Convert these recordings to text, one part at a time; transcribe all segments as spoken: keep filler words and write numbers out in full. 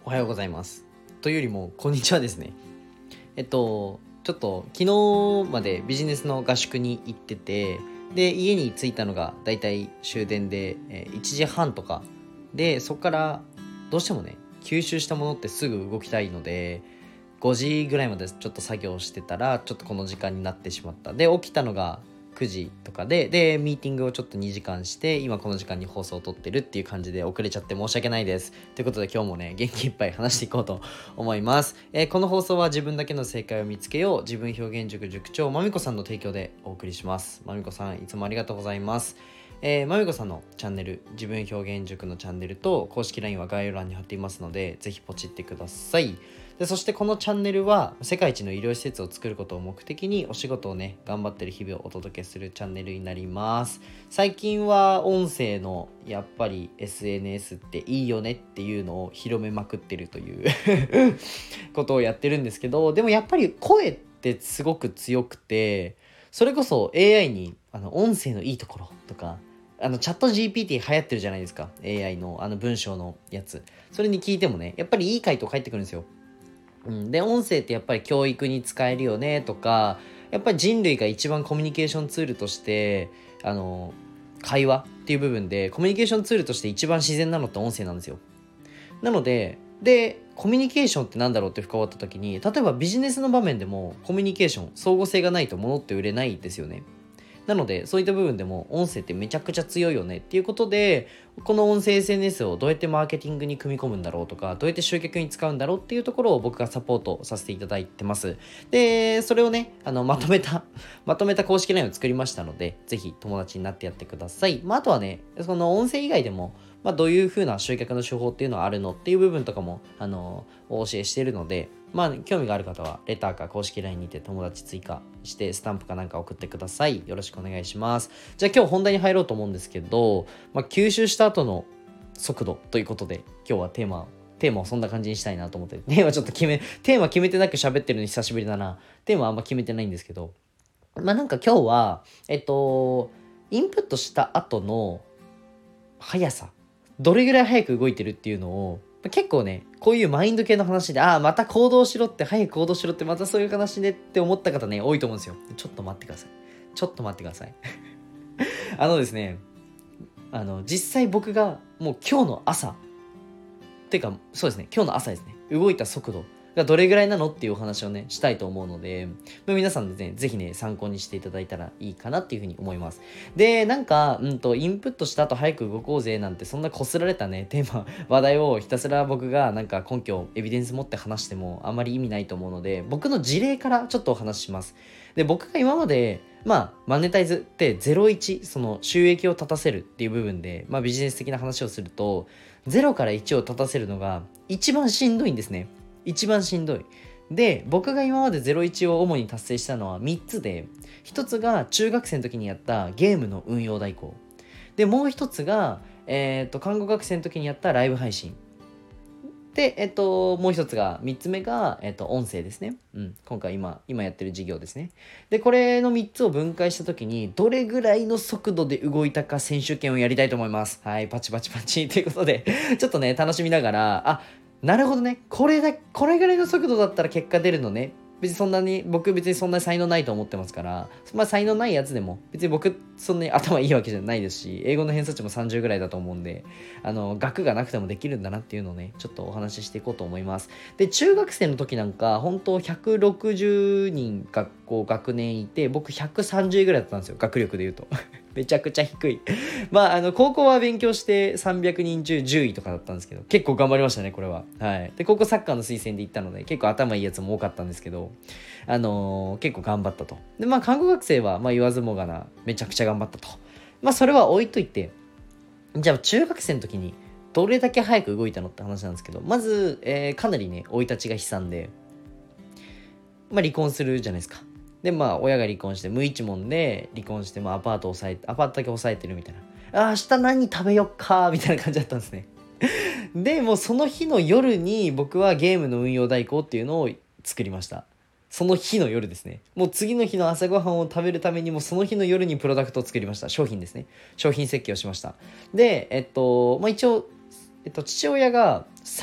おはようございます。というよりもこんにちはですね。えっとちょっと昨日までビジネスの合宿に行ってて、で家に着いたのがだいたい終電で、えーいちじはんとかで、そこからどうしてもね吸収したものってすぐ動きたいので、ごじぐらいまでちょっと作業してたらちょっとこの時間になってしまった。で起きたのがくじとかででミーティングをちょっとにじかんして、今この時間に放送を撮ってるっていう感じで遅れちゃって申し訳ないです。ということで今日もね元気いっぱい話していこうと思います。えーこの放送は自分だけの正解を見つけよう自分表現塾塾長まみこさんの提供でお送りします。まみこさんいつもありがとうございます。えー、まみこさんのチャンネル、自分表現塾のチャンネルと公式 ライン は概要欄に貼っていますので、ぜひポチってください。でそしてこのチャンネルは世界一の医療施設を作ることを目的にお仕事をね頑張ってる日々をお届けするチャンネルになります。最近は音声のやっぱり エスエヌエス っていいよねっていうのを広めまくってるということをやってるんですけど、でもやっぱり声ってすごく強くて、それこそ エーアイ にあの音声のいいところとか、あのチャット ジーピーティー 流行ってるじゃないですか。 エーアイ のあの文章のやつ、それに聞いてもねやっぱりいい回答返ってくるんですよ。うん、で音声ってやっぱり教育に使えるよねとか、やっぱり人類が一番コミュニケーションツールとしてあの会話っていう部分でコミュニケーションツールとして一番自然なのって音声なんですよ。なのででコミュニケーションってなんだろうって深まった時に、例えばビジネスの場面でもコミュニケーション相互性がないと物って売れないですよね。なのでそういった部分でも音声ってめちゃくちゃ強いよねっていうことで、この音声 エスエヌエス をどうやってマーケティングに組み込むんだろうとか、どうやって集客に使うんだろうっていうところを僕がサポートさせていただいてます。でそれをねあのまとめたまとめた公式 ライン を作りましたので、ぜひ友達になってやってください。まあ、あとはねその音声以外でもまあ、どういう風な集客の手法っていうのはあるのっていう部分とかもあのお教えしているので、まあ興味がある方はレターか公式 ライン にて友達追加してスタンプかなんか送ってください。よろしくお願いします。じゃあ今日本題に入ろうと思うんですけど、まあ、吸収した後の速度ということで、今日はテーマテーマをそんな感じにしたいなと思って、テーマちょっと決めテーマ決めてなく喋ってるの久しぶりだな。テーマあんま決めてないんですけど、まあなんか今日はえっとインプットした後の速さ、どれぐらい早く動いてるっていうのを結構ね、こういうマインド系の話で、ああまた行動しろって、早く行動しろって、またそういう話でって思った方ね多いと思うんですよ。ちょっと待ってくださいちょっと待ってくださいあのですねあの実際僕がもう今日の朝っていうかそうですね今日の朝ですね動いた速度がどれぐらいなのっていうお話をねしたいと思うので、まあ、皆さんでねぜひね参考にしていただいたらいいかなっていうふうに思います。でなんかうんとインプットした後早く動こうぜなんて、そんなこすられたねテーマ話題をひたすら僕がなんか根拠エビデンス持って話してもあまり意味ないと思うので、僕の事例からちょっとお話しします。で僕が今までまあマネタイズってゼロイチ、その収益を立たせるっていう部分で、まあビジネス的な話をするとゼロからいちを立たせるのが一番しんどいんですね。一番しんどい。で僕が今までゼロイチを主に達成したのはみっつで、ひとつが中学生の時にやったゲームの運用代行で、もう一つが、えー、と看護学生の時にやったライブ配信で、えっと、もう一つが、三つ目が、えっと、音声ですね。うん。今回今、今やってる事業ですね。で、これの三つを分解したときに、どれぐらいの速度で動いたか選手権をやりたいと思います。はい、パチパチパチということで、ちょっとね、楽しみながら、あ、なるほどね。これだ、これぐらいの速度だったら結果出るのね。別にそんなに、僕別にそんなに才能ないと思ってますから、まあ才能ないやつでも、別に僕そんなに頭いいわけじゃないですし、英語の偏差値もさんじゅうぐらいだと思うんで、あの、学がなくてもできるんだなっていうのをね、ちょっとお話ししていこうと思います。で、中学生の時なんか、本当ひゃくろくじゅうにん学校、学年いて、僕ひゃくさんじゅういぐらいだったんですよ、学力で言うと。めちゃくちゃ低い。まあ、あの、高校は勉強してさんびゃくにん中じゅういとかだったんですけど、結構頑張りましたね、これは。はい。で、高校サッカーの推薦で行ったので、結構頭いいやつも多かったんですけど、あのー結構頑張ったと。で、まあ、看護学生は、まあ、言わずもがな、めちゃくちゃ頑張ったと。まあ、それは置いといて、じゃあ、中学生の時に、どれだけ早く動いたのって話なんですけど、まず、えーかなりね、生い立ちが悲惨で、まあ、離婚するじゃないですか。で、まあ、親が離婚して、無一文で離婚して、まあ、アパートを抑えて、アパートだけ抑えてるみたいな。あー、明日何食べよっかみたいな感じだったんですね。で、もうその日の夜に、僕はゲームの運用代行っていうのを作りました。その日の夜ですね。もう次の日の朝ごはんを食べるためにも、その日の夜にプロダクトを作りました。商品ですね。商品設計をしました。で、えっと、まあ、一応、えっと、父親がサッ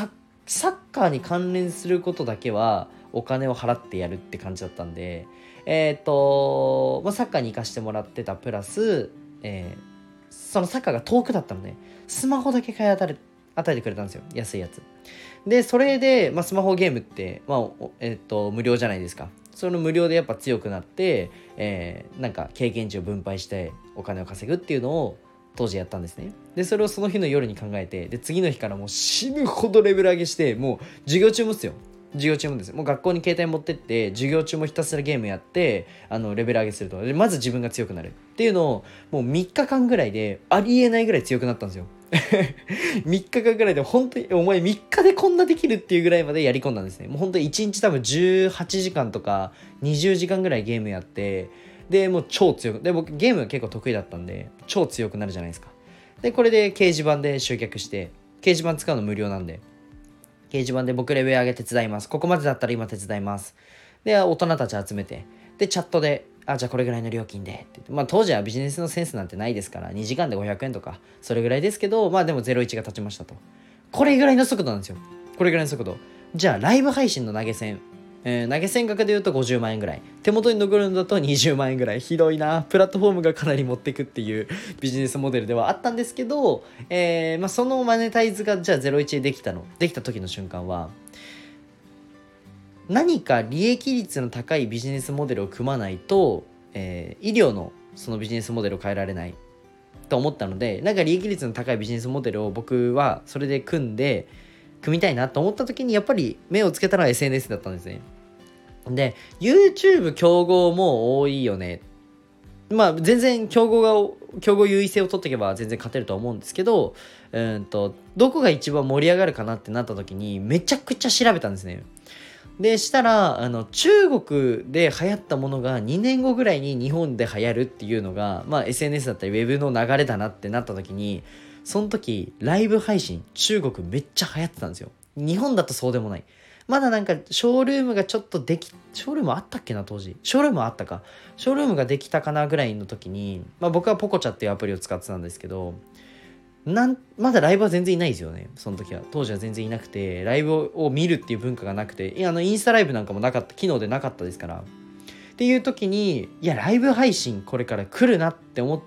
サッカーに関連することだけはお金を払ってやるって感じだったんで、えっと、まあ、サッカーに行かしてもらってたプラス、えー、そのサッカーが遠くだったので、スマホだけ買い与え与えてくれたんですよ。安いやつ。で、それで、まあ、スマホゲームって、まあ、えっと、無料じゃないですか。その無料でやっぱ強くなって、えー、なんか経験値を分配してお金を稼ぐっていうのを当時やったんですね。で、それをその日の夜に考えて、で、次の日からもう死ぬほどレベル上げして、もう授業中もですよ。授業中もですよ。もう学校に携帯持ってって、授業中もひたすらゲームやって、あの、レベル上げすると。で、まず自分が強くなるっていうのを、もうみっかかんぐらいで、ありえないぐらい強くなったんですよ。みっかかんぐらいで本当にお前みっかでこんなできるっていうぐらいまでやり込んだんですね。もう本当にいちにち多分じゅうはちじかんとかにじゅうじかんぐらいゲームやって、でもう超強く、で僕ゲームが結構得意だったんで超強くなるじゃないですか。でこれで掲示板で集客して、掲示板使うの無料なんで、掲示板で僕レベル上げ手伝います、ここまでだったら今手伝います、で大人たち集めて、でチャットであじゃあこれぐらいの料金でって言って、まあ当時はビジネスのセンスなんてないですからにじかんでごひゃくえんとかそれぐらいですけど、まあでもゼロイチが立ちましたと。これぐらいの速度なんですよ。これぐらいの速度。じゃあライブ配信の投げ銭、えー、投げ銭額で言うとごじゅうまんえんぐらい、手元に残るのだとにじゅうまんえんぐらい、ひどいな。プラットフォームがかなり持っていくっていうビジネスモデルではあったんですけど、えーまあ、そのマネタイズがじゃあゼロイチでできたのできた時の瞬間は、何か利益率の高いビジネスモデルを組まないと、えー、医療のそのビジネスモデルを変えられないと思ったので、なんか利益率の高いビジネスモデルを僕はそれで組んで組みたいなと思った時に、やっぱり目をつけたのは エスエヌエス だったんですね。で YouTube 競合も多いよね。まあ全然競合が競合優位性を取っていけば全然勝てるとは思うんですけど、うんとどこが一番盛り上がるかなってなった時にめちゃくちゃ調べたんですね。でしたらあの中国で流行ったものがにねんごぐらいに日本で流行るっていうのが、まあ、エスエヌエス だったりウェブの流れだなってなった時に、その時ライブ配信中国めっちゃ流行ってたんですよ。日本だとそうでもない。まだなんかショールームがちょっとできショールームあったっけな、当時ショールームあったかショールームができたかなぐらいの時に、まあ、僕はポコチャっていうアプリを使ってたんですけど、なんまだライブは全然いないですよね。その時は当時は全然いなくて、ライブを見るっていう文化がなくて、いやあのインスタライブなんかもなかった、機能でなかったですから、っていう時にいやライブ配信これから来るなって思って、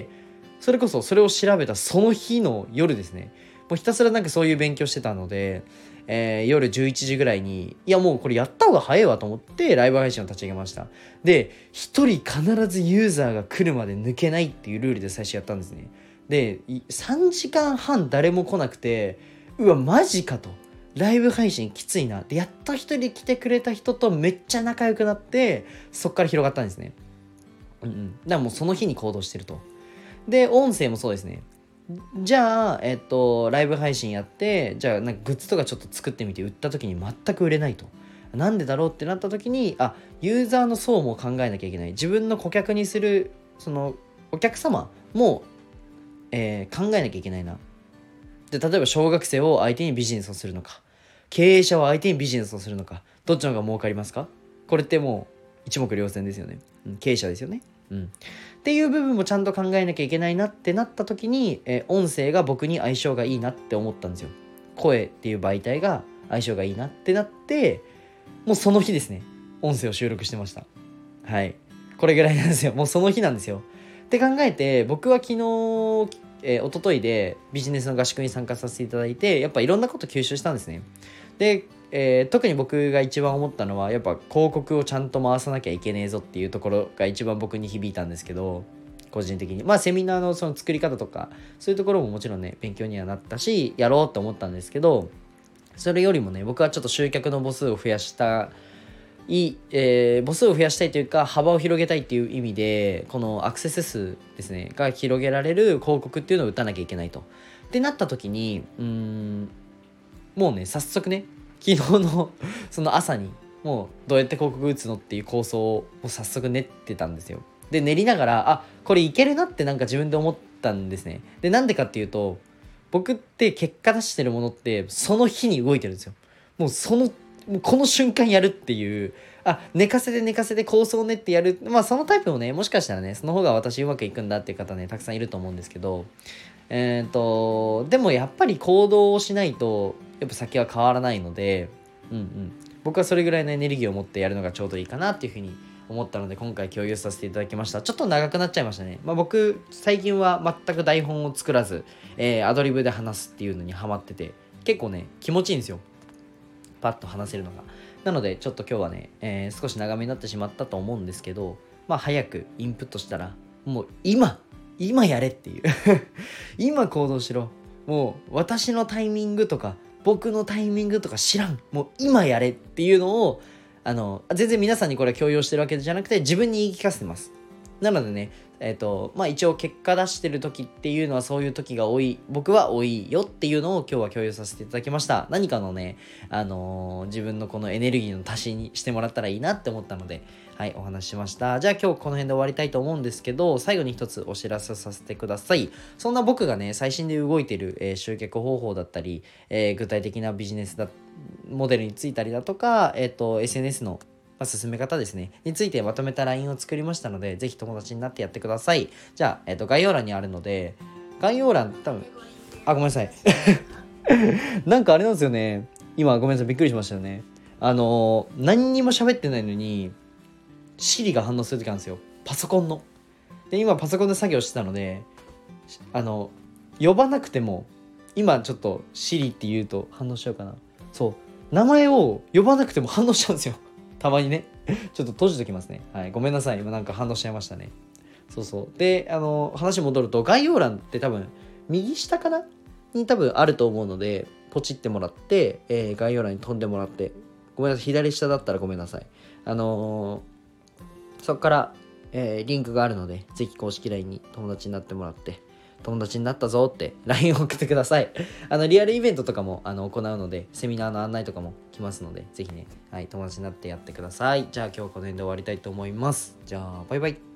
それこそそれを調べたその日の夜ですね、もうひたすらなんかそういう勉強してたので、えー、夜じゅういちじぐらいにいやもうこれやった方が早いわと思ってライブ配信を立ち上げました。でひとり必ずユーザーが来るまで抜けないっていうルールで最初やったんですね。でさんじかんはん誰も来なくて、うわマジかと、ライブ配信きついなで、やっと一人来てくれた人とめっちゃ仲良くなって、そっから広がったんですね。うんうん、だからもうその日に行動してると。で音声もそうですね。じゃあえっとライブ配信やって、じゃあなんかグッズとかちょっと作ってみて売った時に全く売れないと、なんでだろうってなった時に、あユーザーの層も考えなきゃいけない、自分の顧客にするそのお客様もえー、考えなきゃいけないな。で例えば小学生を相手にビジネスをするのか、経営者を相手にビジネスをするのか、どっちの方が儲かりますか。これってもう一目瞭然ですよね、うん、経営者ですよね、うん、っていう部分もちゃんと考えなきゃいけないなってなった時に、えー、音声が僕に相性がいいなって思ったんですよ。声っていう媒体が相性がいいなってなって、もうその日ですね音声を収録してました。はい、これぐらいなんですよ。もうその日なんですよって考えて、僕は昨日、えー、一昨日でビジネスの合宿に参加させていただいて、やっぱいろんなこと吸収したんですね。で、えー、特に僕が一番思ったのは、やっぱ広告をちゃんと回さなきゃいけねえぞっていうところが一番僕に響いたんですけど、個人的にまあセミナーのその作り方とかそういうところももちろんね勉強にはなったし、やろうと思ったんですけど、それよりもね僕はちょっと集客の母数を増やしたい、えー、母数を増やしたいというか幅を広げたいっていう意味で、このアクセス数ですねが広げられる広告っていうのを打たなきゃいけないとってなった時に、うーんもうね早速ね昨日のその朝にもうどうやって広告打つのっていう構想を早速練ってたんですよ。で練りながら、あこれいけるなってなんか自分で思ったんですね。でなんでかっていうと、僕って結果出してるものってその日に動いてるんですよ。もうそのもうこの瞬間やるっていう、あ寝かせて寝かせて構想を練ってやる、まあそのタイプもねもしかしたらねその方が私うまくいくんだっていう方ねたくさんいると思うんですけど、えーとでもやっぱり行動をしないと、 やっぱ先は変わらないので、うんうん、僕はそれぐらいのエネルギーを持ってやるのがちょうどいいかなっていうふうに思ったので、今回共有させていただきました。ちょっと長くなっちゃいましたね。まあ、僕最近は全く台本を作らず、えー、アドリブで話すっていうのにハマってて、結構ね気持ちいいんですよ、パッと話せるのが。なのでちょっと今日はね、えー、少し長めになってしまったと思うんですけど、まあ早くインプットしたら、もう今今やれっていう今行動しろ、もう私のタイミングとか僕のタイミングとか知らん、もう今やれっていうのを、あの全然皆さんにこれは強要してるわけじゃなくて、自分に言い聞かせてます。なのでね、えっとまあ一応結果出してる時っていうのはそういう時が多い、僕は多いよっていうのを今日は共有させていただきました。何かのね、あのー、自分のこのエネルギーの足しにしてもらったらいいなって思ったので、はいお話ししました。じゃあ今日この辺で終わりたいと思うんですけど、最後に一つお知らせさせてください。そんな僕がね最新で動いている、えー、集客方法だったり、えー、具体的なビジネスだモデルについたりだとか、えっと エスエヌエス の進め方ですねについてまとめた ライン を作りましたので、ぜひ友達になってやってください。じゃあ、えっと、概要欄にあるので、概要欄多分あごめんなさいなんかあれなんですよね、今ごめんなさいびっくりしましたよね。あのー、何にも喋ってないのに Siri が反応する時あるんですよ、パソコンの。で今パソコンで作業してたので、あの呼ばなくても今ちょっと Siri って言うと反応しちゃうかな。そう名前を呼ばなくても反応しちゃうんですよたまにねちょっと閉じときますね。はい、ごめんなさい。今なんか反応しちゃいましたね。そうそう。で、あの、話戻ると、概要欄って多分、右下かなに多分あると思うので、ポチってもらって、えー、概要欄に飛んでもらって、ごめんなさい。左下だったらごめんなさい。あのー、そこから、えー、リンクがあるので、ぜひ公式 ライン に友達になってもらって、友達になったぞって ライン を送ってください。あのリアルイベントとかもあの行うので、セミナーの案内とかも来ますので、ぜひね、はい、友達になってやってください。じゃあ今日はこの辺で終わりたいと思います。じゃあバイバイ。